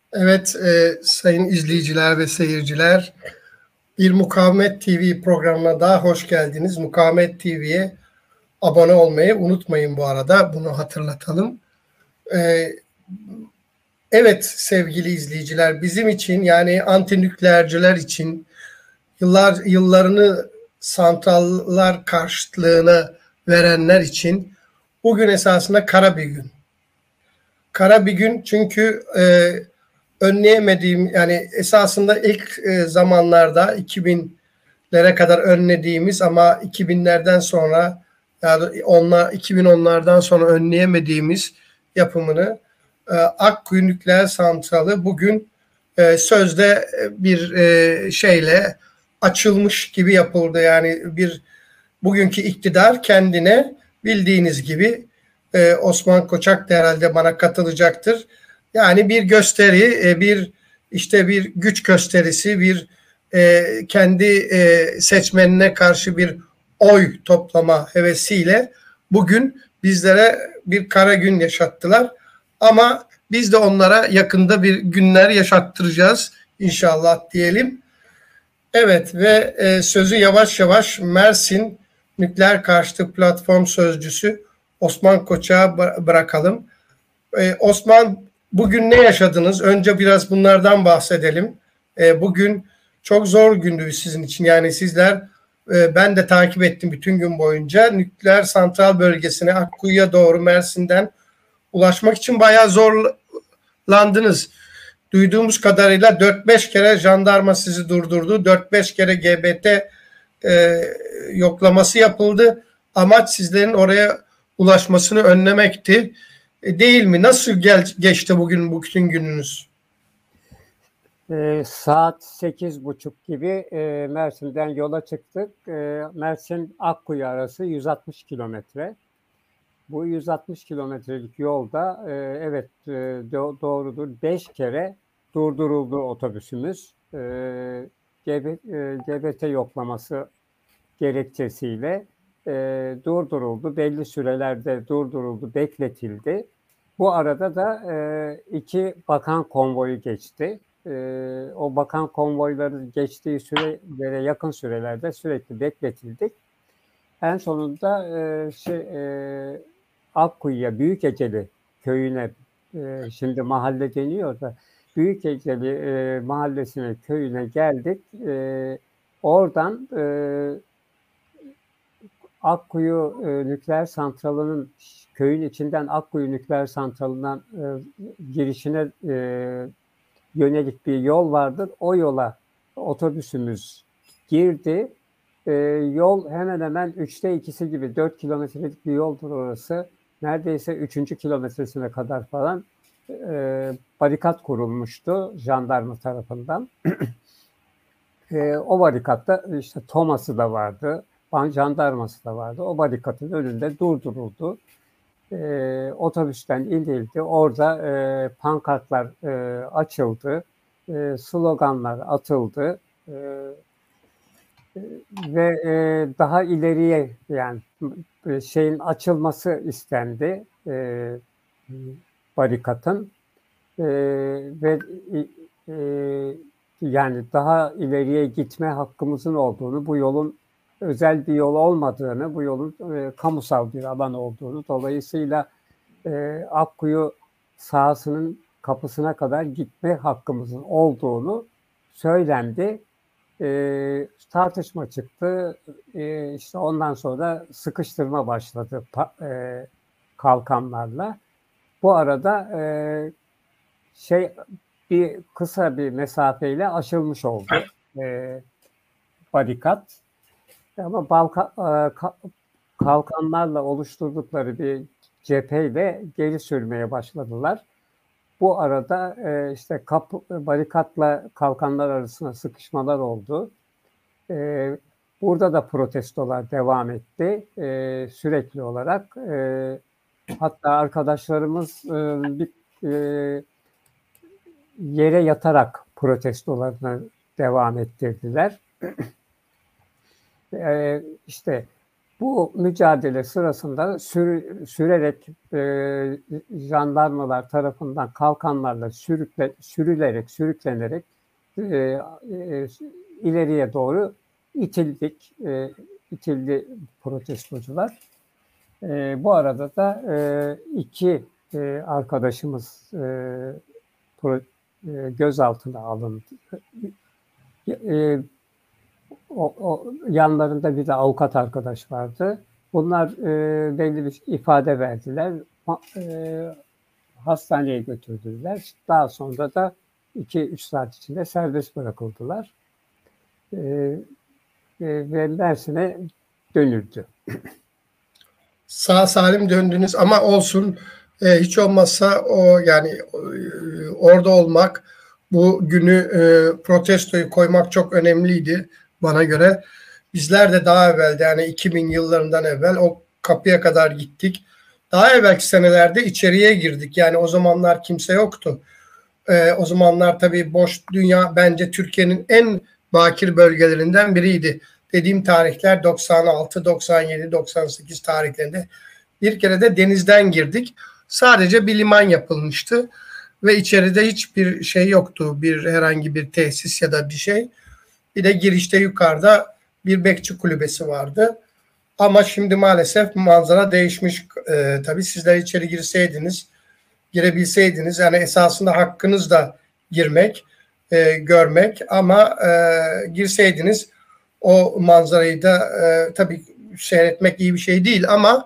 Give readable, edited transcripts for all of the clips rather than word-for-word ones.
Evet, sayın izleyiciler ve seyirciler, bir Mukavemet TV programına daha hoş geldiniz. Mukavemet TV'ye abone olmayı unutmayın bu arada, bunu hatırlatalım. Evet sevgili izleyiciler, bizim için yani antinükleerciler için yıllarını santrallar karşıtlığına verenler için bugün esasında kara bir gün. Kara bir gün çünkü önleyemediğim yani esasında ilk zamanlarda 2000'lere kadar önlediğimiz ama 2000'lerden sonra yani 2010'lardan sonra önleyemediğimiz yapımını Akkuyu Nükleer Santralı bugün sözde bir şeyle açılmış gibi yapıldı. Yani bir bugünkü iktidar kendine bildiğiniz gibi Osman Koçak da herhalde bana katılacaktır. Yani bir gösteri, bir güç gösterisi, kendi seçmenine karşı bir oy toplama hevesiyle bugün bizlere bir kara gün yaşattılar. Ama biz de onlara yakında bir günler yaşattıracağız inşallah diyelim. Evet ve sözü yavaş yavaş Mersin Nükleer Karşıtı Platform Sözcüsü Osman Koçak'a bırakalım. Osman, bugün ne yaşadınız? Önce biraz bunlardan bahsedelim. Bugün çok zor gündü sizin için. Yani sizler, ben de takip ettim bütün gün boyunca. Nükleer santral bölgesine, Akkuyu'ya doğru Mersin'den ulaşmak için bayağı zorlandınız. Duyduğumuz kadarıyla 4-5 kere jandarma sizi durdurdu. 4-5 kere GBT yoklaması yapıldı. Amaç sizlerin oraya ulaşmasını önlemekti. Değil mi? Nasıl geçti bugün bütün gününüz? Saat 8.30 gibi Mersin'den yola çıktık. Mersin Akkuyu arası 160 kilometre. Bu 160 kilometrelik yolda evet doğrudur 5 kere durduruldu otobüsümüz. GBT yoklaması gerekçesiyle durduruldu. Belli sürelerde durduruldu, bekletildi. Bu arada da iki bakan konvoyu geçti. O bakan konvoyların geçtiği sürelere yakın sürelerde sürekli bekletildik. En sonunda Akkuyu'ya, Büyükeceli köyüne, şimdi mahalle deniyor da Büyükeceli mahallesine, köyüne geldik. Oradan Akkuyu Nükleer Santralı'nın köyün içinden Akkuyu Nükleer Santralı'ndan girişine yönelik bir yol vardır. O yola otobüsümüz girdi. Yol hemen hemen 3'te 2'si gibi 4 kilometrelik bir yoldur orası. Neredeyse 3. kilometresine kadar falan barikat kurulmuştu jandarma tarafından. O barikatta işte Thomas'ı da vardı, jandarması da vardı. O barikatın önünde durduruldu. Otobüsten inildi. Orada pankartlar açıldı. Sloganlar atıldı. Ve daha ileriye yani şeyin açılması istendi barikatın ve yani daha ileriye gitme hakkımızın olduğunu, bu yolun özel bir yol olmadığını, bu yolun kamusal bir alan olduğunu, dolayısıyla Akkuyu sahasının kapısına kadar gitme hakkımızın olduğunu söylendi. Tartışma çıktı. İşte ondan sonra sıkıştırma başladı kalkanlarla. Bu arada bir kısa bir mesafeyle aşılmış oldu barikat. Ama kalkanlarla oluşturdukları bir cepheyle geri sürmeye başladılar. Bu arada işte barikatla kalkanlar arasında sıkışmalar oldu. Burada da protestolar devam etti sürekli olarak. Hatta arkadaşlarımız bir yere yatarak protestolarını devam ettirdiler. İşte Bu mücadele sırasında sürerek jandarmalar tarafından kalkanlarla sürüklenerek ileriye doğru itildi protestocular. Bu arada da iki arkadaşımız gözaltına alındı. Yanlarında bir de avukat arkadaş vardı. Bunlar belli bir ifade verdiler. Hastaneye götürdüler. Daha sonra da 2-3 saat içinde serbest bırakıldılar. Ve Mersin'e dönüldü. Sağ salim döndünüz ama olsun, hiç olmazsa o yani orada olmak, bu günü protestoyu koymak çok önemliydi bana göre. Bizler de daha evvel, yani 2000 yıllarından evvel o kapıya kadar gittik. Daha evvelki senelerde içeriye girdik. Yani o zamanlar kimse yoktu. O zamanlar tabii boş dünya bence Türkiye'nin en bakir bölgelerinden biriydi. Dediğim tarihler 96, 97, 98 tarihlerinde. Bir kere de denizden girdik. Sadece bir liman yapılmıştı ve içeride hiçbir şey yoktu. Herhangi bir tesis ya da bir şey. Bir de girişte yukarıda bir bekçi kulübesi vardı. Ama şimdi maalesef manzara değişmiş. Tabii sizler içeri girebilseydiniz, yani esasında hakkınız da girmek, görmek, ama girseydiniz o manzarayı da tabii seyretmek iyi bir şey değil, ama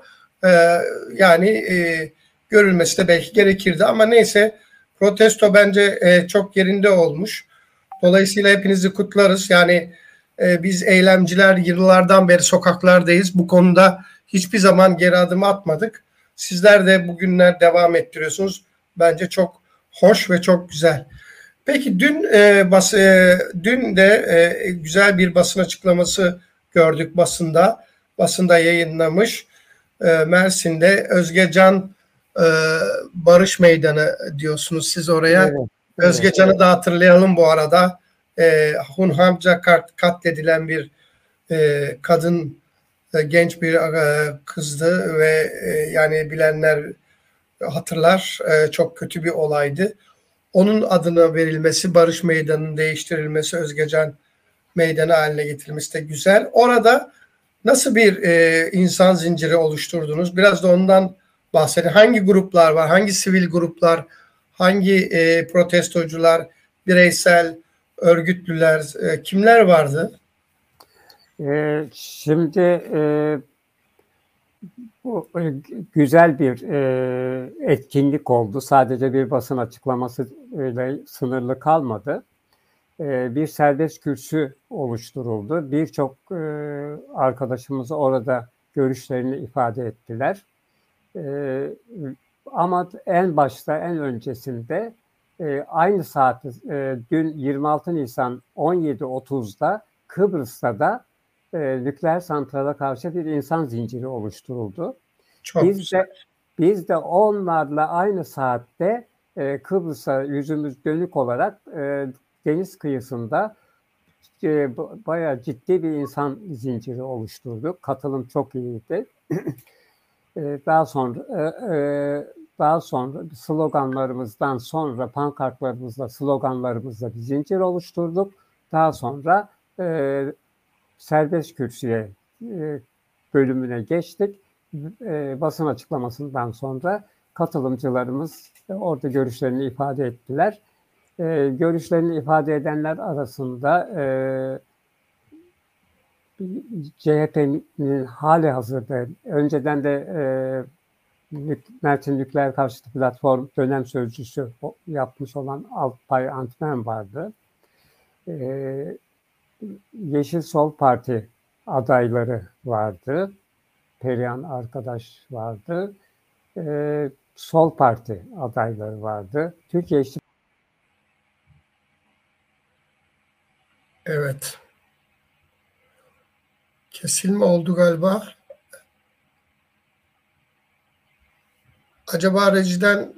yani görülmesi de belki gerekirdi, ama neyse, protesto bence çok yerinde olmuş. Dolayısıyla hepinizi kutlarız. Yani biz eylemciler yıllardan beri sokaklardayız. Bu konuda hiçbir zaman geri adım atmadık. Sizler de bugünler devam ettiriyorsunuz. Bence çok hoş ve çok güzel. Peki dün de güzel bir basın açıklaması gördük basında. Basında yayınlamış. Mersin'de Özgecan Barış Meydanı diyorsunuz siz oraya. Evet, Özgecan'ı da hatırlayalım bu arada. Hunharca katledilen bir kadın, genç bir kızdı ve yani bilenler hatırlar, çok kötü bir olaydı. Onun adına verilmesi, Barış Meydanı'nın değiştirilmesi, Özgecan Meydanı haline getirilmesi de güzel. Orada nasıl bir insan zinciri oluşturdunuz? Biraz da ondan bahsedin. Hangi gruplar var? Hangi sivil gruplar? Hangi protestocular? Bireysel, örgütlüler? Kimler vardı? Şimdi bu güzel bir etkinlik oldu. Sadece bir basın açıklaması öyle sınırlı kalmadı. Bir serbest kürsü oluşturuldu. Birçok arkadaşımız orada görüşlerini ifade ettiler. Ama en başta, en öncesinde aynı saat dün 26 Nisan 17.30'da Kıbrıs'ta da nükleer santrala karşı bir insan zinciri oluşturuldu. Çok güzel. Biz de onlarla aynı saatte Kıbrıs'a yüzümüz dönük olarak deniz kıyısında bayağı ciddi bir insan zinciri oluşturduk. Katılım çok iyiydi. Daha sonra sloganlarımızdan sonra pankartlarımızla, sloganlarımızla bir zincir oluşturduk. Daha sonra serbest kürsüye bölümüne geçtik. Basın açıklamasından sonra katılımcılarımız orada görüşlerini ifade ettiler. Görüşlerini ifade edenler arasında CHP'nin hali hazırda önceden de Mersin Nükleer Karşıtı Platform dönem sözcüsü yapmış olan Alpay Antmen vardı. Yeşil Sol Parti adayları vardı. Perihan arkadaş vardı. Sol Parti adayları vardı. Türkiye İşçi. Evet. Kesilme oldu galiba. Acaba rejiden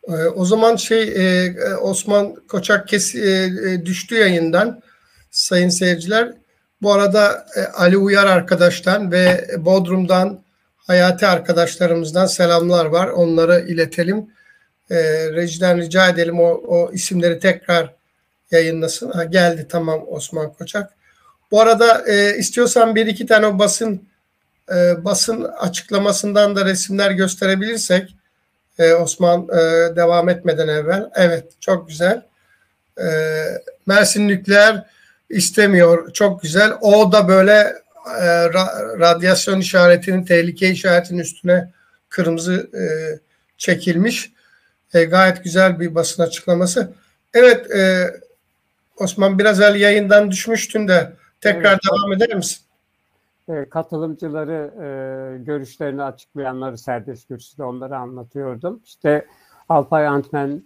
O zaman Osman Koçak düştü yayından sayın seyirciler. Bu arada Ali Uyar arkadaştan ve Bodrum'dan Hayati arkadaşlarımızdan selamlar var. Onları iletelim. Rejiden rica edelim o isimleri tekrar yayınlasın. Geldi, tamam, Osman Koçak. Bu arada istiyorsan bir iki tane basın açıklamasından da resimler gösterebilirsek. Osman devam etmeden evvel. Evet, çok güzel. Mersin Nükleer istemiyor. Çok güzel. O da böyle radyasyon işaretinin, tehlike işaretinin üstüne kırmızı çekilmiş. Gayet güzel bir basın açıklaması. Evet, Osman, biraz evvel yayından düşmüştün de tekrar devam eder misin? Katılımcıları, görüşlerini açıklayanları, serbest kürsüde onları anlatıyordum. İşte Alpay Antmen,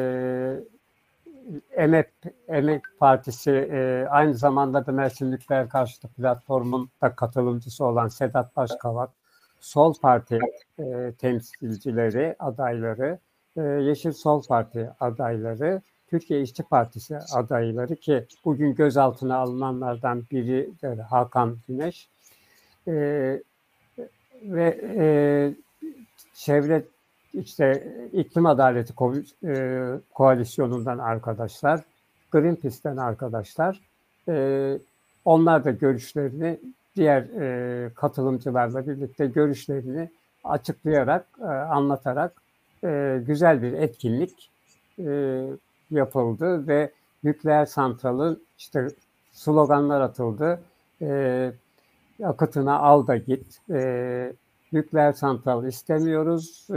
Emek Partisi, aynı zamanda da Mersin Nükleer Karşıtı Platformu'nun da katılımcısı olan Sedat Başkavak, Sol Parti temsilcileri, adayları, Yeşil Sol Parti adayları, Türkiye İşçi Partisi adayları ki bugün gözaltına alınanlardan biri Hakan Güneş ve çevre işte iklim adaleti koalisyonundan arkadaşlar, Greenpeace'ten arkadaşlar, onlar da görüşlerini diğer katılımcılarla birlikte görüşlerini açıklayarak, anlatarak güzel bir etkinlik yapıldı ve nükleer santralın işte sloganlar atıldı. Akıtına al da git. Nükleer santral istemiyoruz.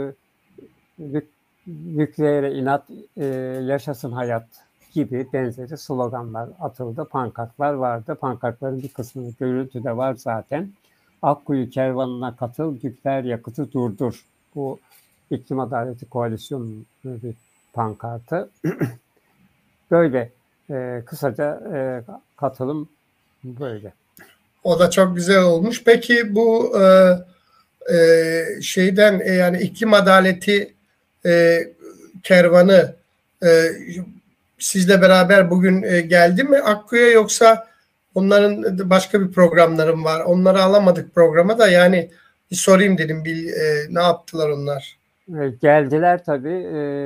Nükleere inat, yaşasın hayat gibi benzeri sloganlar atıldı. Pankartlar vardı. Pankartların bir kısmının görüntüde var zaten. Akkuyu kervanına katıl, nükleer yakıtı durdur. Bu İklim Adaleti Koalisyonu'nun bir pankartı. Böyle kısaca katılım böyle. O da çok güzel olmuş. Peki bu yani iklim adaleti kervanı sizle beraber bugün geldi mi Akkuyu'ya, yoksa onların başka bir programları mı var? Onları alamadık programa da, yani bir sorayım dedim, ne yaptılar onlar? Geldiler tabii.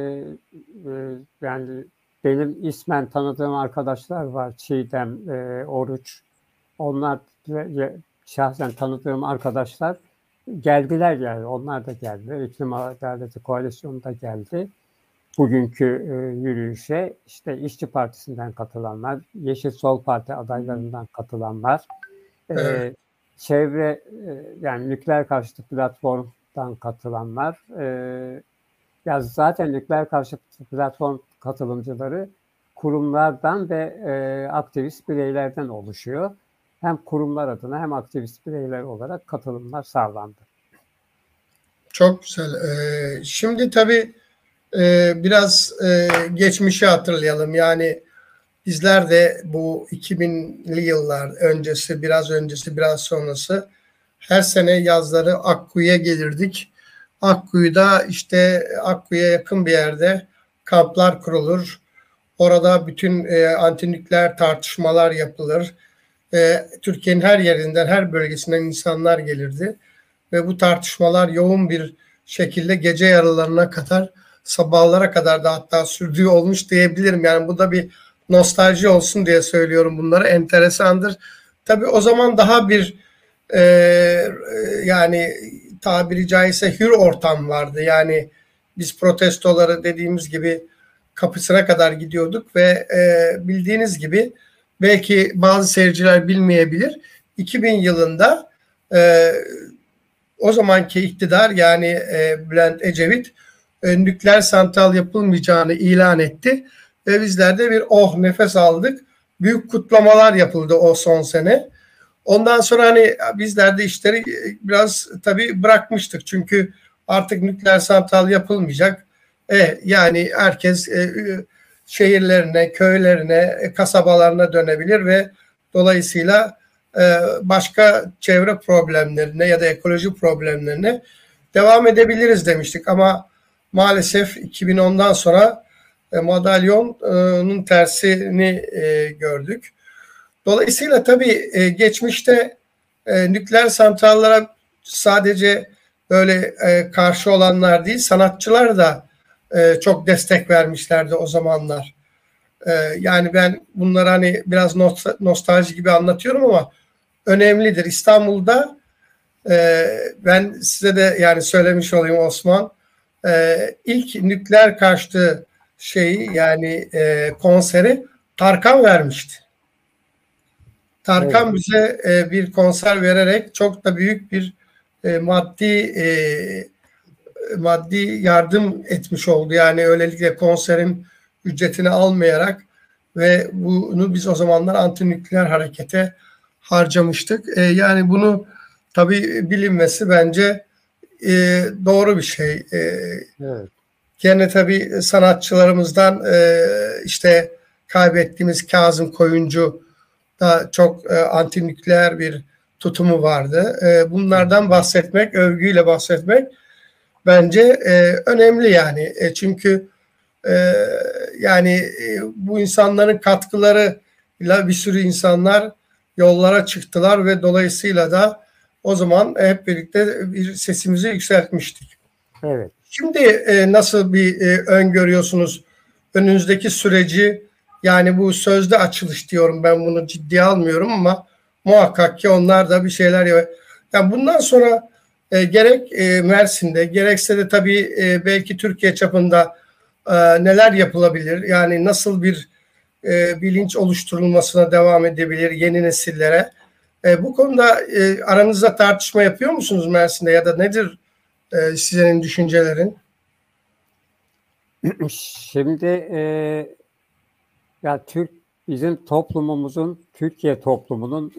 Yani benim ismen tanıdığım arkadaşlar var. Çiğdem, Oruç. Onlar şahsen tanıdığım arkadaşlar geldiler yani. Onlar da geldi. İklim Adaleti Koalisyonu da geldi. Bugünkü yürüyüşe işte İşçi Partisi'nden katılanlar, Yeşil Sol Parti adaylarından katılanlar, Evet. çevre yani nükleer karşıtı platformdan katılanlar, ya zaten nükleer karşıtı platform katılımcıları kurumlardan ve aktivist bireylerden oluşuyor. Hem kurumlar adına hem aktivist bireyler olarak katılımlar sağlandı. Çok güzel. Şimdi tabii biraz geçmişi hatırlayalım. Yani bizler de bu 2000'li yıllar öncesi, biraz öncesi, biraz sonrası her sene yazları Akkuyu'ya gelirdik. Akkuyu'da işte Akkuyu'ya yakın bir yerde kamplar kurulur. Orada bütün antinükleer tartışmalar yapılır. Türkiye'nin her yerinden, her bölgesinden insanlar gelirdi. Ve bu tartışmalar yoğun bir şekilde gece yarılarına kadar, sabahlara kadar da hatta sürdüğü olmuş diyebilirim. Yani bu da bir nostalji olsun diye söylüyorum bunları. Enteresandır. Tabii o zaman daha bir yani tabiri caizse hür ortam vardı. Yani biz protestoları dediğimiz gibi kapısına kadar gidiyorduk ve bildiğiniz gibi, belki bazı seyirciler bilmeyebilir, 2000 yılında o zamanki iktidar, yani Bülent Ecevit nükleer santral yapılmayacağını ilan etti ve bizler de bir nefes aldık. Büyük kutlamalar yapıldı o son sene. Ondan sonra hani bizler de işleri biraz tabii bırakmıştık. Çünkü artık nükleer santral yapılmayacak. Yani herkes şehirlerine, köylerine, kasabalarına dönebilir ve dolayısıyla başka çevre problemlerine ya da ekoloji problemlerine devam edebiliriz demiştik. Ama maalesef 2010'dan sonra madalyonun tersini gördük. Dolayısıyla tabii geçmişte nükleer santrallara sadece böyle karşı olanlar değil, sanatçılar da çok destek vermişlerdi o zamanlar. Yani ben bunları hani biraz nostalji gibi anlatıyorum ama önemlidir. İstanbul'da ben size de yani söylemiş olayım Osman, ilk nükleer karşıtı şeyi yani konseri Tarkan vermişti. Tarkan Evet. bize bir konser vererek çok da büyük bir maddi yardım etmiş oldu. Yani öylelikle konserin ücretini almayarak ve bunu biz o zamanlar antinükleer harekete harcamıştık. Yani bunu tabii bilinmesi bence doğru bir şey. Evet. Gene tabii sanatçılarımızdan işte kaybettiğimiz Kazım Koyuncu da çok antinükleer bir tutumu vardı. Bunlardan bahsetmek, övgüyle bahsetmek bence önemli yani. Çünkü yani bu insanların katkılarıyla bir sürü insanlar yollara çıktılar ve dolayısıyla da o zaman hep birlikte bir sesimizi yükseltmiştik. Evet. Şimdi nasıl bir öngörüyorsunuz önünüzdeki süreci? Yani bu sözde açılış diyorum, ben bunu ciddiye almıyorum ama muhakkak ki onlar da bir şeyler yapıyor. Yani bundan sonra gerek Mersin'de gerekse de tabii belki Türkiye çapında neler yapılabilir? Yani nasıl bir bilinç oluşturulmasına devam edebilir yeni nesillere? Bu konuda aranızda tartışma yapıyor musunuz Mersin'de ya da nedir sizin düşüncelerin? Şimdi ya bizim toplumumuzun, Türkiye toplumunun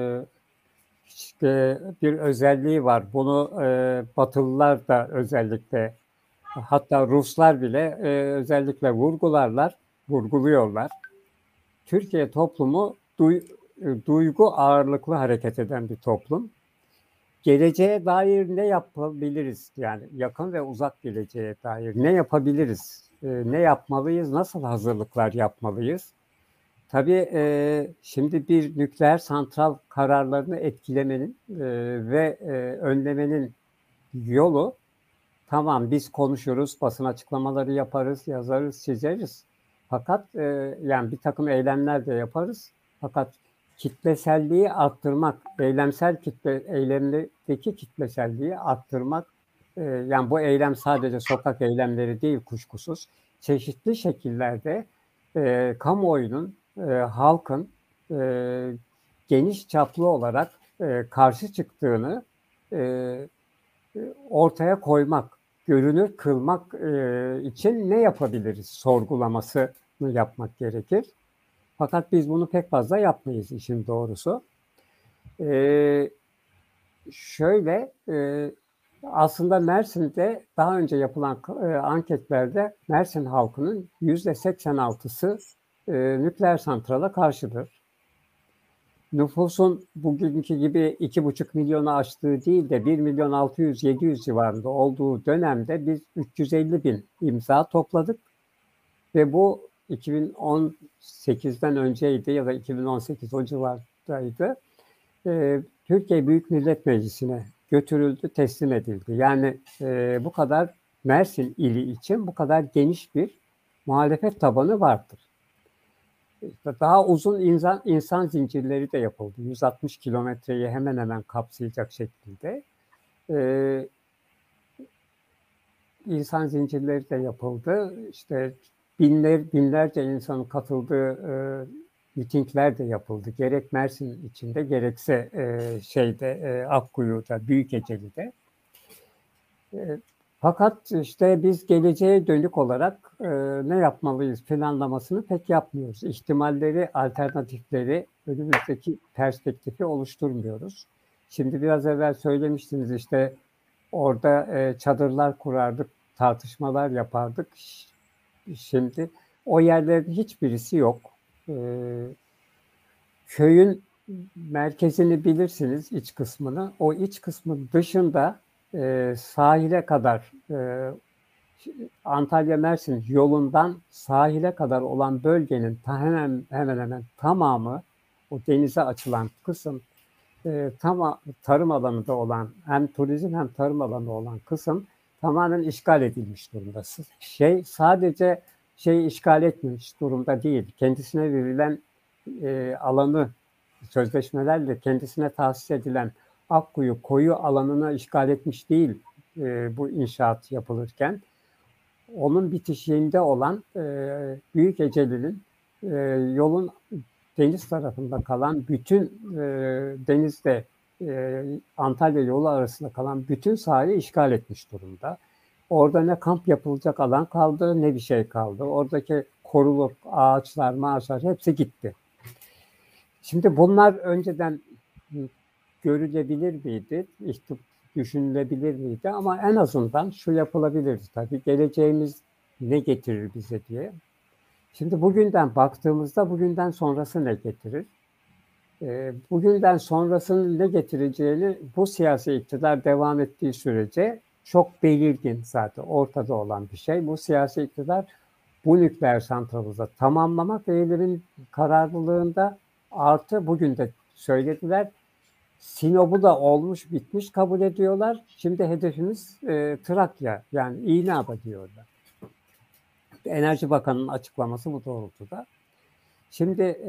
işte bir özelliği var. Bunu Batılılar da özellikle, hatta Ruslar bile özellikle vurguluyorlar. Türkiye toplumu duygu ağırlıklı hareket eden bir toplum. Geleceğe dair ne yapabiliriz? Yani yakın ve uzak geleceğe dair ne yapabiliriz? Ne yapmalıyız? Nasıl hazırlıklar yapmalıyız? Tabii şimdi bir nükleer santral kararlarını etkilemenin ve önlemenin yolu, tamam biz konuşuruz, basın açıklamaları yaparız, yazarız, çizeriz. Fakat yani bir takım eylemler de yaparız. Fakat kitleselliği arttırmak, eylemdeki kitleselliği arttırmak, yani bu eylem sadece sokak eylemleri değil kuşkusuz. Çeşitli şekillerde kamuoyunun, halkın geniş çaplı olarak karşı çıktığını ortaya koymak, görünür kılmak için ne yapabiliriz sorgulamasını yapmak gerekir. Fakat biz bunu pek fazla yapmayız işin doğrusu. Şöyle, aslında Mersin'de daha önce yapılan anketlerde Mersin halkının %86'sı nükleer santrala karşıdır. Nüfusun bugünkü gibi 2,5 milyonu aştığı değil de 1.600.000-700 civarında olduğu dönemde biz 350 bin imza topladık ve bu 2018'den önceydi ya da 2018 o civardaydı. Türkiye Büyük Millet Meclisi'ne götürüldü, teslim edildi. Yani bu kadar Mersin ili için bu kadar geniş bir muhalefet tabanı vardır. Daha uzun insan zincirleri de yapıldı. 160 kilometreyi hemen hemen kapsayacak şekilde insan zincirleri de yapıldı. İşte binlerce insanın katıldığı mitingler de yapıldı. Gerek Mersin içinde gerekse Akkuyu'da, Büyükeceli'de. Fakat işte biz geleceğe dönük olarak ne yapmalıyız planlamasını pek yapmıyoruz. İhtimalleri, alternatifleri, önümüzdeki perspektifi oluşturmuyoruz. Şimdi biraz evvel söylemiştiniz işte orada çadırlar kurardık, tartışmalar yapardık. Şimdi o yerlerin hiçbirisi yok. Köyün merkezini bilirsiniz, iç kısmını. O iç kısmın dışında sahile kadar Antalya-Mersin yolundan sahile kadar olan bölgenin hemen hemen tamamı, o denize açılan kısım, tarım alanı da olan, hem turizm hem tarım alanı olan kısım tamamen işgal edilmiş durumda. Sadece işgal etmiş durumda değil. Kendisine verilen alanı, sözleşmelerle kendisine tahsis edilen Akkuyu koyu alanını işgal etmiş değil bu inşaat yapılırken. Onun bitişiğinde olan Büyük Eceli'nin yolun deniz tarafında kalan bütün denizde Antalya yolu arasında kalan bütün sahayı işgal etmiş durumda. Orada ne kamp yapılacak alan kaldı ne bir şey kaldı. Oradaki koruluk, ağaçlar hepsi gitti. Şimdi bunlar önceden görülebilir miydi? Düşünülebilir miydi? Ama en azından şu yapılabilirdi tabii. Geleceğimiz ne getirir bize diye. Şimdi bugünden baktığımızda bugünden sonrası ne getirir? Bugünden sonrasının ne getireceğini bu siyasi iktidar devam ettiği sürece çok belirgin, zaten ortada olan bir şey. Bu siyasi iktidar bu nükleer santralımızı tamamlamak ve eylemin kararlılığında, artı bugün de söylediler, Sinop'u da olmuş bitmiş kabul ediyorlar. Şimdi hedefimiz Trakya, yani İğneada diyorlar. Enerji Bakanı'nın açıklaması bu doğrultuda. Şimdi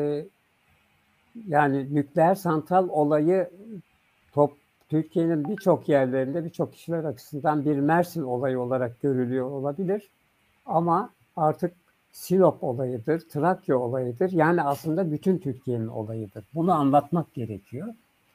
yani nükleer santral olayı Türkiye'nin birçok yerlerinde birçok kişiler açısından bir Mersin olayı olarak görülüyor olabilir. Ama artık Sinop olayıdır, Trakya olayıdır. Yani aslında bütün Türkiye'nin olayıdır. Bunu anlatmak gerekiyor.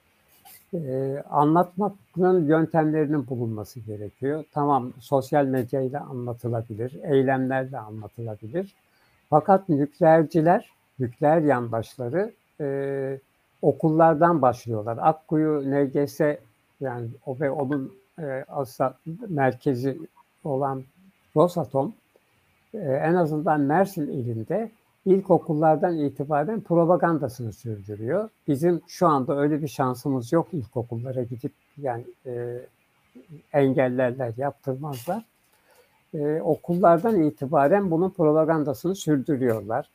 Anlatmanın yöntemlerinin bulunması gerekiyor. Tamam, sosyal medyayla anlatılabilir, eylemlerle anlatılabilir. Fakat nükleerciler, nükleer yandaşları okullardan başlıyorlar. Akkuyu NGS, yani o ve onun merkezi olan Rosatom en azından Mersin ilinde ilkokullardan itibaren propagandasını sürdürüyor. Bizim şu anda öyle bir şansımız yok, ilkokullara gidip yani engellerler, yaptırmazlar. Okullardan itibaren bunun propagandasını sürdürüyorlar.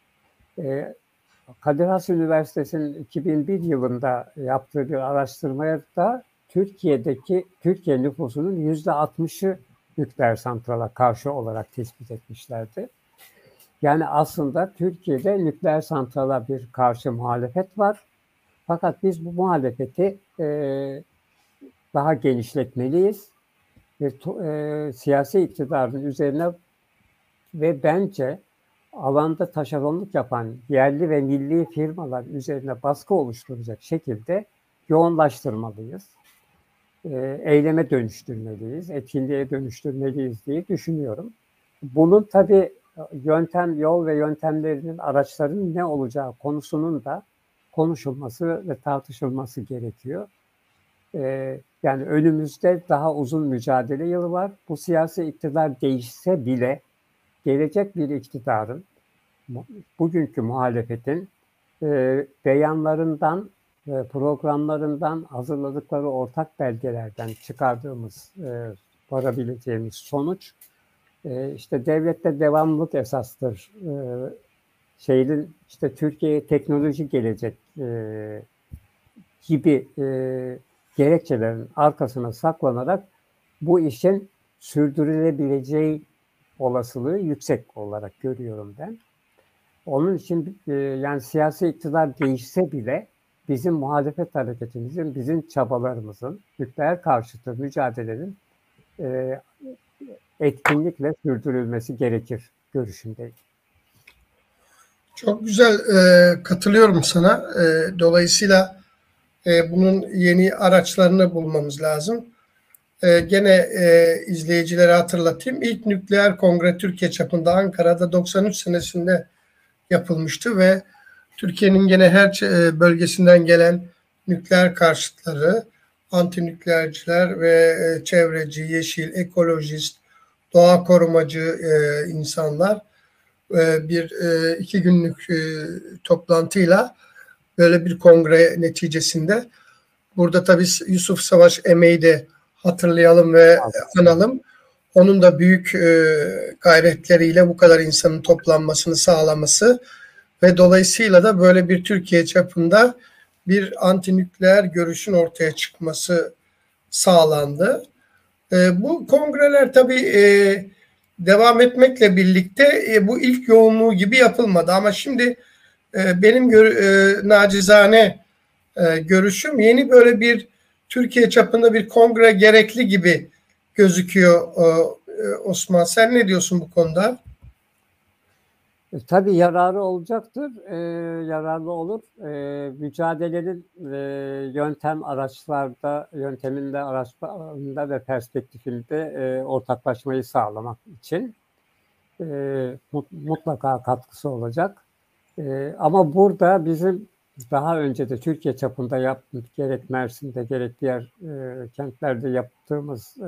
Kadir Has Üniversitesi'nin 2001 yılında yaptığı bir araştırmaya da Türkiye nüfusunun %60'ı nükleer santrala karşı olarak tespit etmişlerdi. Yani aslında Türkiye'de nükleer santrala bir karşı muhalefet var. Fakat biz bu muhalefeti daha genişletmeliyiz. Siyasi iktidarın üzerine ve bence alanda taşeronluk yapan yerli ve milli firmalar üzerine baskı oluşturacak şekilde yoğunlaştırmalıyız. Eyleme dönüştürmeliyiz, etkinliğe dönüştürmeliyiz diye düşünüyorum. Bunun tabii yol ve yöntemlerinin, araçların ne olacağı konusunun da konuşulması ve tartışılması gerekiyor. Yani önümüzde daha uzun mücadele yılı var. Bu siyasi iktidar değişse bile gelecek bir iktidarın, bugünkü muhalefetin beyanlarından, programlarından, hazırladıkları ortak belgelerden çıkardığımız, varabileceğimiz sonuç, işte devlette devamlılık esastır, işte Türkiye'ye teknoloji gelecek gibi gerekçelerin arkasına saklanarak bu işin sürdürülebileceği olasılığı yüksek olarak görüyorum ben. Onun için yani siyasi iktidar değişse bile bizim muhalefet hareketimizin, bizim çabalarımızın, nükleer karşıtı mücadelenin etkinlikle sürdürülmesi gerekir görüşündeyim. Çok güzel, katılıyorum sana. Dolayısıyla bunun yeni araçlarını bulmamız lazım. Gene izleyicilere hatırlatayım. İlk nükleer kongre Türkiye çapında Ankara'da 93 senesinde yapılmıştı ve Türkiye'nin gene her bölgesinden gelen nükleer karşıtları, antinükleerciler ve çevreci, yeşil, ekolojist, doğa korumacı insanlar iki günlük toplantıyla böyle bir kongre neticesinde, burada tabii Yusuf Savaş Emeği de hatırlayalım ve analım. onun da büyük gayretleriyle bu kadar insanın toplanmasını sağlaması ve dolayısıyla da böyle bir Türkiye çapında bir antinükleer görüşün ortaya çıkması sağlandı. Bu kongreler tabii devam etmekle birlikte bu ilk yoğunluğu gibi yapılmadı. Ama şimdi benim nacizane görüşüm yeni böyle bir Türkiye çapında bir kongre gerekli gibi gözüküyor. Osman, sen ne diyorsun bu konuda? Tabii yararı olacaktır, yararlı olur. Mücadelenin yönteminde, araçlarında ve perspektifinde ortaklaşmayı sağlamak için mutlaka katkısı olacak. Ama burada bizim daha önce de Türkiye çapında yaptık, gerek Mersin'de gerek diğer kentlerde yaptığımız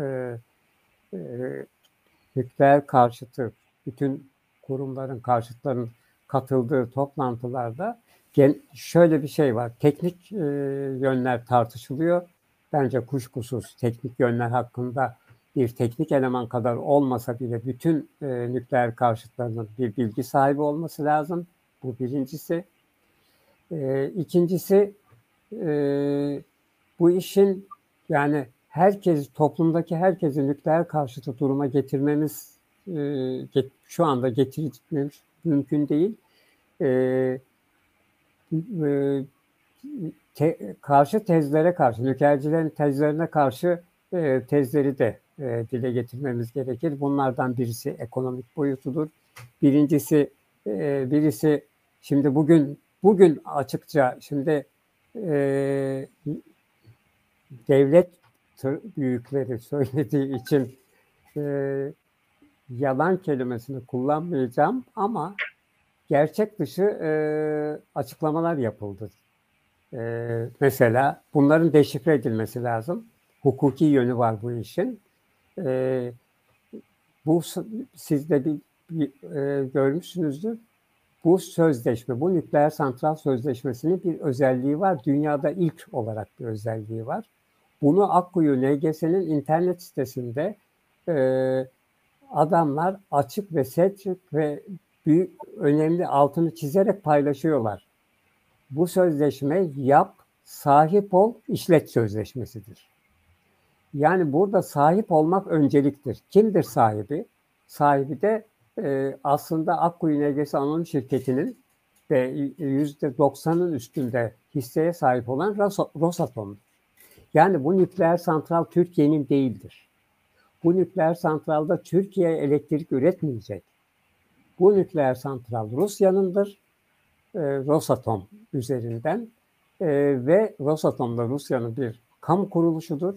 nükleer karşıtı bütün kurumların, karşıtların katıldığı toplantılarda şöyle bir şey var. Teknik yönler tartışılıyor. Bence kuşkusuz teknik yönler hakkında bir teknik eleman kadar olmasa bile bütün nükleer karşıtlarının bir bilgi sahibi olması lazım. Bu birincisi. İkincisi bu işin yani toplumdaki herkesi nükleer karşıtı duruma getirmemiz şu anda getirmemiz mümkün değil. Karşı tezlere karşı, nükleercilerin tezlerine karşı tezleri de dile getirmemiz gerekir. Bunlardan birisi ekonomik boyutudur. Birisi şimdi bugün açıkça şimdi devlet büyükleri söylediği için yalan kelimesini kullanmayacağım ama gerçek dışı açıklamalar yapıldı. Mesela bunların deşifre edilmesi lazım. Hukuki yönü var bu işin. Bu siz de görmüşsünüzdür. Bu sözleşme, bu nükleer santral sözleşmesinin bir özelliği var. Dünyada ilk olarak bir özelliği var. Bunu Akkuyu NGS'nin internet sitesinde adamlar açık ve seçik ve önemli altını çizerek paylaşıyorlar. Bu sözleşme yap, sahip ol, işlet sözleşmesidir. Yani burada sahip olmak önceliktir. Kimdir sahibi? Sahibi de aslında Akkuyu NGS Anonim Şirketi'nin ve %90'ın üstünde hisseye sahip olan Rosatom'dur. Yani bu nükleer santral Türkiye'nin değildir. Bu nükleer santralda Türkiye elektrik üretmeyecek. Bu nükleer santral Rusya'nındır. Rosatom üzerinden ve Rosatom da Rusya'nın bir kamu kuruluşudur.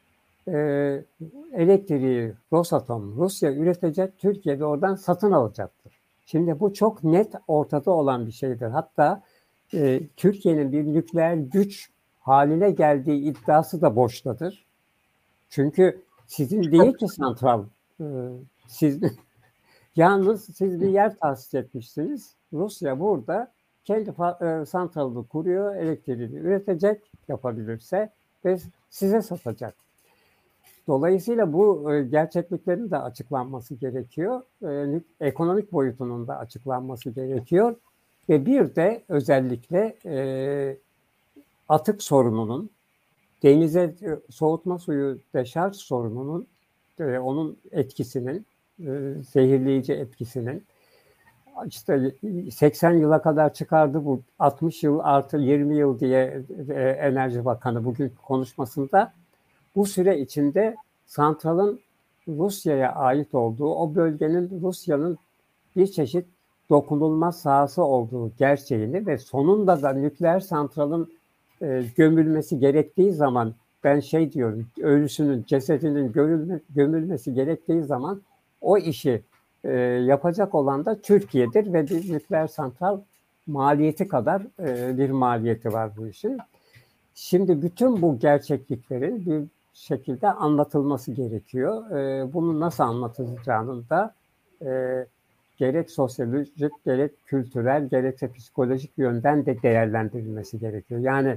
Elektriği Rusya üretecek, Türkiye de oradan satın alacaktır. Şimdi bu çok net ortada olan bir şeydir. Hatta Türkiye'nin bir nükleer güç haline geldiği iddiası da boştadır. Çünkü sizin değil ki santral. Yalnız siz bir yer tahsis etmişsiniz. Rusya burada kendi santralını kuruyor, elektriğini üretecek yapabilirse ve size satacak. Dolayısıyla bu gerçekliklerin de açıklanması gerekiyor. Ekonomik boyutunun da açıklanması gerekiyor. Ve bir de özellikle atık sorununun, denize soğutma suyu deşarj sorununun, onun etkisinin, zehirleyici etkisinin, işte 80 yıla kadar çıkardı bu 60 yıl artı 20 yıl diye Enerji Bakanı bugün konuşmasında bu süre içinde santralın Rusya'ya ait olduğu, o bölgenin Rusya'nın bir çeşit dokunulmaz sahası olduğu gerçeğini ve sonunda da nükleer santralın gömülmesi gerektiği zaman ben diyorum, ölüsünün, cesedinin gömülmesi gerektiği zaman o işi yapacak olan da Türkiye'dir ve bir nükleer santral maliyeti kadar bir maliyeti var bu işin. Şimdi bütün bu gerçekliklerin bir şekilde anlatılması gerekiyor. Bunu nasıl anlatılacağının da gerek sosyolojik, gerek kültürel, gerekse psikolojik yönden de değerlendirilmesi gerekiyor. Yani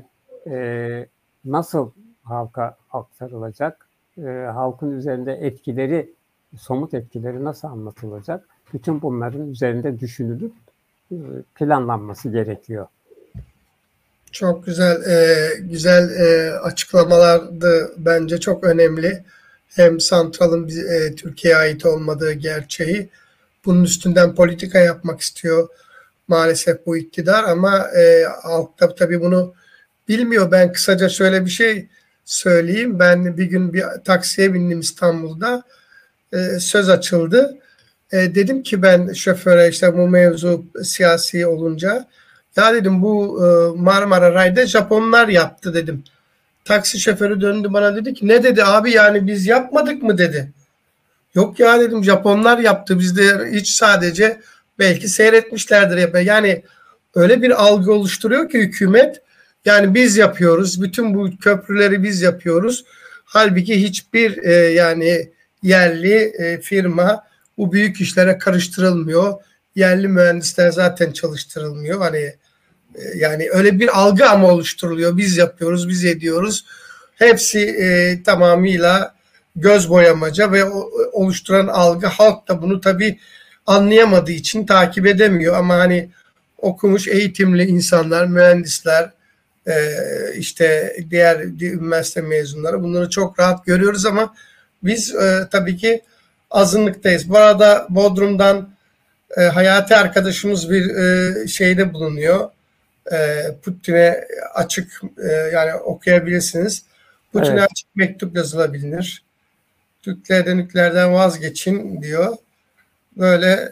nasıl halka aktarılacak, halkın üzerinde etkileri somut etkileri nasıl anlatılacak? Bütün bunların üzerinde düşünülüp planlanması gerekiyor. Çok güzel, güzel açıklamalardı. Bence çok önemli. Hem santralın Türkiye'ye ait olmadığı gerçeği, bunun üstünden politika yapmak istiyor maalesef bu iktidar, ama halk da tabii bunu bilmiyor. Ben kısaca şöyle bir şey söyleyeyim. Ben bir gün bir taksiye bindim İstanbul'da. Söz açıldı. Dedim ki ben şoföre, işte bu mevzu siyasi olunca, ya dedim bu Marmara Ray'da Japonlar yaptı dedim. Taksi şoförü döndü bana, dedi ki ne dedi abi, yani biz yapmadık mı dedi. Yok ya dedim, Japonlar yaptı, biz de hiç sadece belki seyretmişlerdir hep. Yani öyle bir algı oluşturuyor ki hükümet, yani biz yapıyoruz, bütün bu köprüleri biz yapıyoruz. Halbuki hiçbir yani yerli firma bu büyük işlere karıştırılmıyor. Yerli mühendisler zaten çalıştırılmıyor. Hani yani öyle bir algı ama oluşturuluyor. Biz yapıyoruz, biz ediyoruz. Hepsi tamamıyla göz boyamaca ve oluşturan algı, halk da bunu tabii anlayamadığı için takip edemiyor. Ama hani okumuş, eğitimli insanlar, mühendisler, işte diğer üniversite mezunları, bunları çok rahat görüyoruz ama biz tabii ki azınlıktayız. Bu arada Bodrum'dan Hayati arkadaşımız bir şeyde bulunuyor. Putin'e açık, yani okuyabilirsiniz. Putin'e Evet. açık mektup yazılabilir. Türklerden, nükleerden vazgeçin diyor. Böyle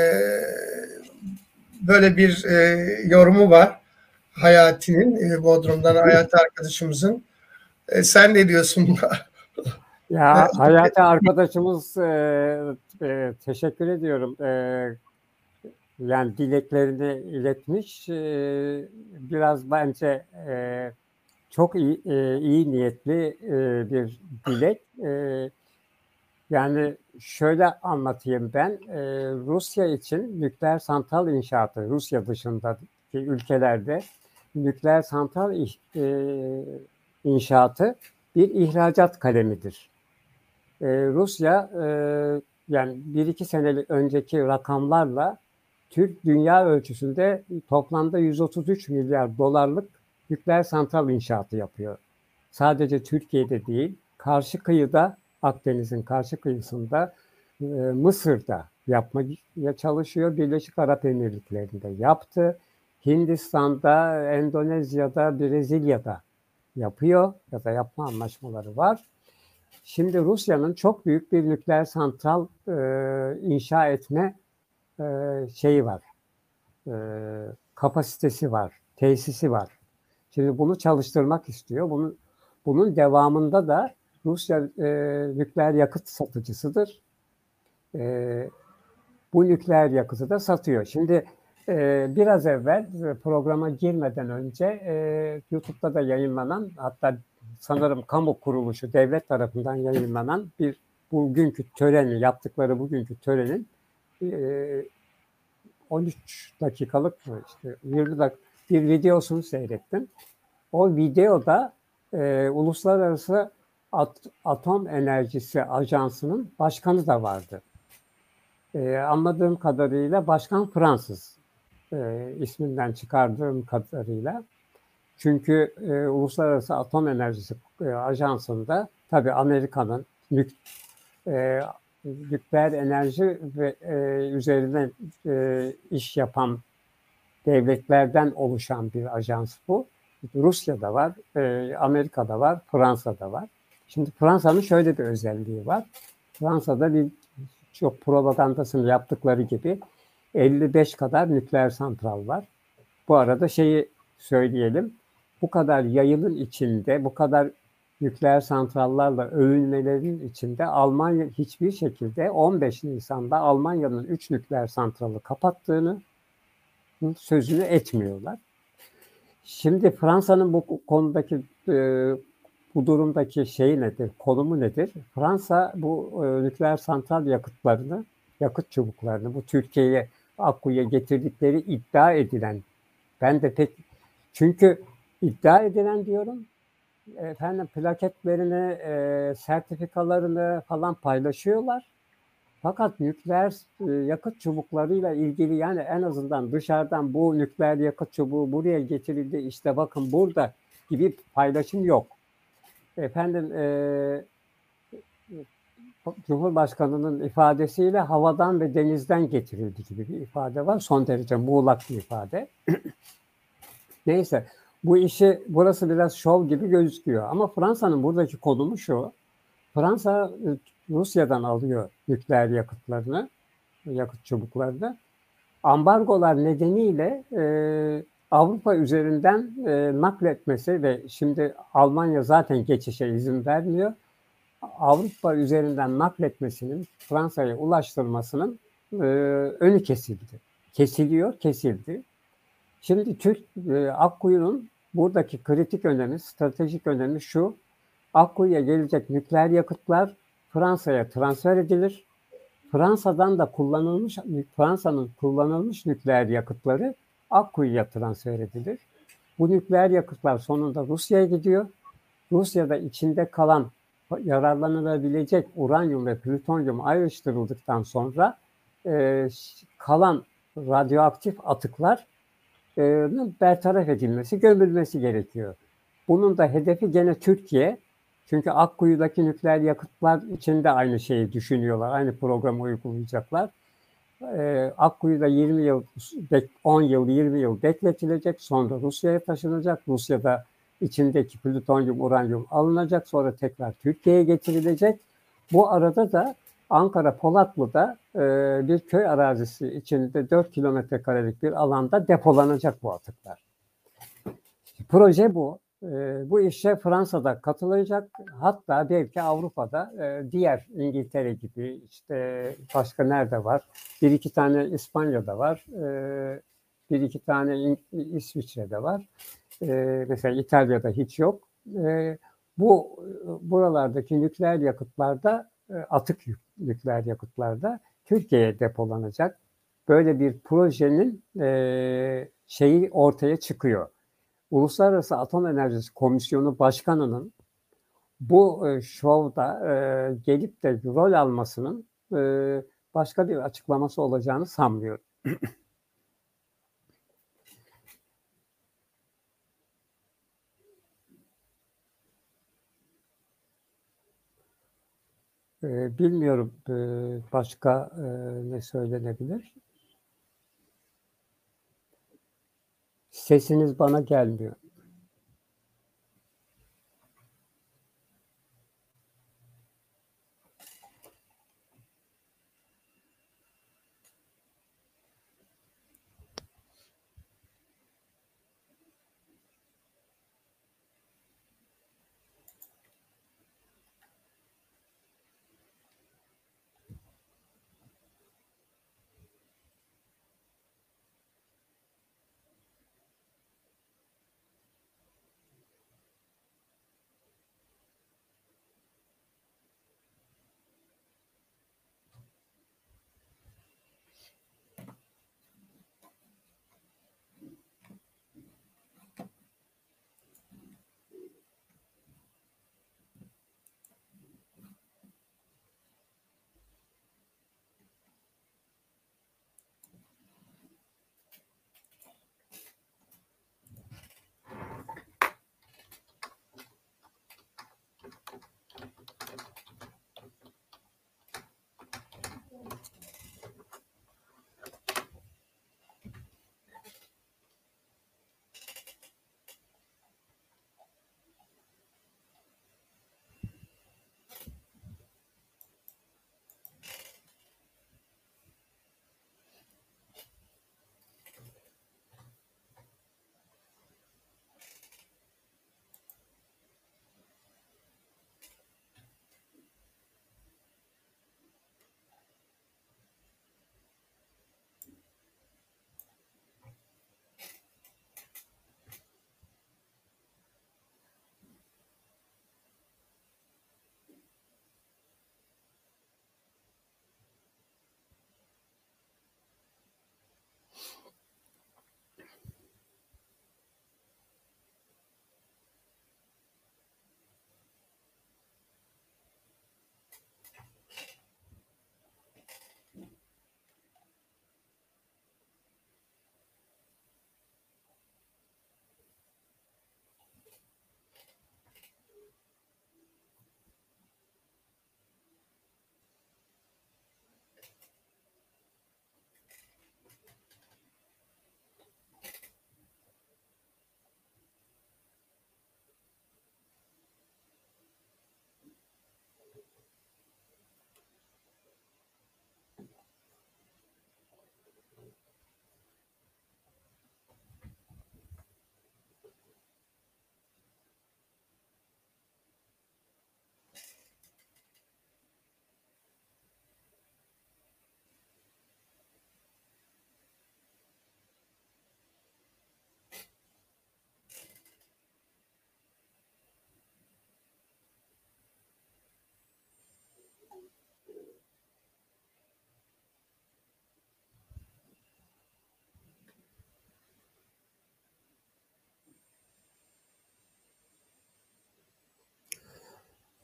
böyle bir yorumu var Hayati'nin, Bodrum'dan Hayati arkadaşımızın. Sen ne diyorsun buna? Ya Hayati arkadaşımız teşekkür ediyorum. Yani dileklerini iletmiş. Biraz bence çok iyi niyetli bir dilek. Yani şöyle anlatayım ben. Rusya için nükleer santral inşaatı, Rusya dışındaki ülkelerde nükleer santral inşaatı bir ihracat kalemidir. Rusya yani 1-2 sene önceki rakamlarla dünya ölçüsünde toplamda 133 milyar dolarlık nükleer santral inşaatı yapıyor. Sadece Türkiye'de değil, karşı kıyıda, Akdeniz'in karşı kıyısında, Mısır'da yapmaya çalışıyor. Birleşik Arap Emirlikleri'nde yaptı. Hindistan'da, Endonezya'da, Brezilya'da yapıyor ya da yapma anlaşmaları var. Şimdi Rusya'nın çok büyük bir nükleer santral inşa etme şeyi var, kapasitesi var, tesisi var. Şimdi bunu çalıştırmak istiyor. Bunun devamında da Rusya nükleer yakıt satıcısıdır. Bu nükleer yakıtı da satıyor. Şimdi biraz evvel programa girmeden önce YouTube'da da yayınlanan, hatta sanırım kamu kuruluşu, devlet tarafından yayınlanan bir yaptıkları bugünkü törenin 13 dakikalık mı, işte 20 dakika bir videosunu seyrettim. O videoda Uluslararası Atom Enerjisi Ajansı'nın başkanı da vardı. Anladığım kadarıyla başkan Fransız, isminden çıkardığım kadarıyla. Çünkü Uluslararası Atom Enerjisi Ajansı'nda tabii Amerika'nın nükleer enerji ve üzerine iş yapan devletlerden oluşan bir ajans bu. Rusya'da var, Amerika'da var, Fransa'da var. Şimdi Fransa'nın şöyle bir özelliği var. Fransa'da çok propagandasını yaptıkları gibi 55 kadar nükleer santral var. Bu arada şeyi söyleyelim. Bu kadar yayılın içinde, bu kadar nükleer santrallarla övünmelerin içinde Almanya hiçbir şekilde 15 Nisan'da Almanya'nın 3 nükleer santralı kapattığını sözünü etmiyorlar. Şimdi Fransa'nın bu konudaki bu durumdaki şey nedir, konumu nedir? Fransa bu nükleer santral yakıt çubuklarını bu Türkiye'ye, Akkuyu'ya getirdikleri iddia edilen, ben de pek, çünkü iddia edilen diyorum, efendim plaketlerini, sertifikalarını falan paylaşıyorlar. Fakat nükleer yakıt çubuklarıyla ilgili, yani en azından dışarıdan bu nükleer yakıt çubuğu buraya getirildi, işte bakın burada gibi paylaşım yok. Efendim, Cumhurbaşkanı'nın ifadesiyle havadan ve denizden getirildi gibi bir ifade var. Son derece muğlak bir ifade. Neyse, burası biraz şov gibi gözüküyor. Ama Fransa'nın buradaki konumu şu: Fransa Rusya'dan alıyor nükleer yakıtlarını, yakıt çubuklarını. Ambargolar nedeniyle Avrupa üzerinden nakletmesi ve şimdi Almanya zaten geçişe izin vermiyor. Avrupa üzerinden nakletmesinin, Fransa'ya ulaştırmasının önü kesildi. Kesildi. Şimdi Akkuyu'nun buradaki kritik önemi, stratejik önemi şu: Akkuyu'ya gelecek nükleer yakıtlar Fransa'ya transfer edilir. Fransa'nın kullanılmış nükleer yakıtları Akkuyu'ya transfer edilir. Bu nükleer yakıtlar sonunda Rusya'ya gidiyor. Rusya'da içinde kalan, yararlanılabilecek uranyum ve plütonyum ayrıştırıldıktan sonra kalan radyoaktif atıklar bertaraf edilmesi, gömülmesi gerekiyor. Bunun da hedefi gene Türkiye. Çünkü Akkuyu'daki nükleer yakıtlar için de aynı şeyi düşünüyorlar. Aynı programı uygulayacaklar. Akkuyu'da 10 yıl, 20 yıl bekletilecek. Sonra Rusya'ya taşınacak. Rusya'da içindeki plütonyum, uranyum alınacak. Sonra tekrar Türkiye'ye getirilecek. Bu arada da Ankara Polatlı'da bir köy arazisi içinde 4 kilometre karelik bir alanda depolanacak bu atıklar. Proje bu. Bu işe Fransa'da katılacak. Hatta belki Avrupa'da diğer İngiltere gibi, işte başka nerede var? Bir iki tane İspanya'da var. Bir iki tane İsviçre'de var. Mesela İtalya'da hiç yok. Buralardaki nükleer yakıtlarda, nükleer yakıtlarda Türkiye'ye depolanacak. Böyle bir projenin şeyi ortaya çıkıyor. Uluslararası Atom Enerjisi Komisyonu Başkanı'nın bu şovda gelip de rol almasının başka bir açıklaması olacağını sanmıyorum. Bilmiyorum başka ne söylenebilir. Sesiniz bana gelmiyor.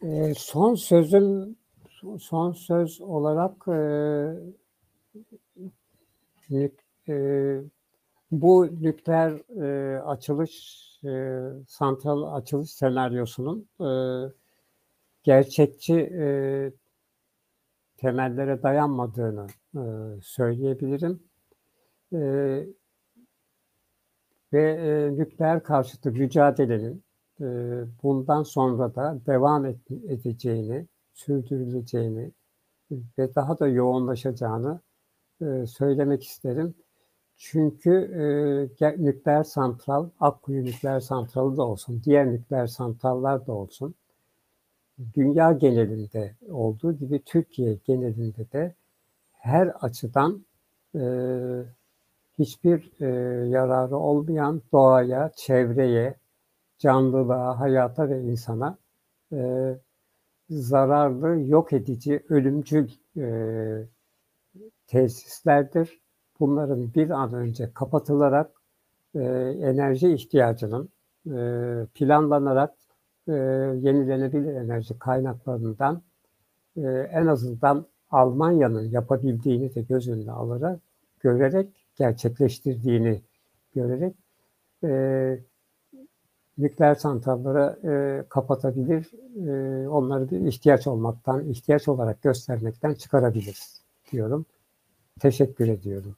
Son söz olarak bu nükleer santral açılış senaryosunun gerçekçi temellere dayanmadığını söyleyebilirim. Ve nükleer karşıtı mücadelenin bundan sonra da devam edeceğini, sürdürüleceğini ve daha da yoğunlaşacağını söylemek isterim. Çünkü nükleer santral, Akkuyu nükleer santralı da olsun, diğer nükleer santrallar da olsun, dünya genelinde olduğu gibi Türkiye genelinde de her açıdan hiçbir yararı olmayan doğaya, çevreye, canlılığa, hayata ve insana zararlı, yok edici, ölümcül tesislerdir. Bunların bir an önce kapatılarak enerji ihtiyacının planlanarak yenilenebilir enerji kaynaklarından en azından Almanya'nın yapabildiğini de göz önüne alarak, görerek, gerçekleştirdiğini görerek nükleer santralları kapatabilir, onları bir ihtiyaç olarak göstermekten çıkarabiliriz diyorum. Teşekkür ediyorum.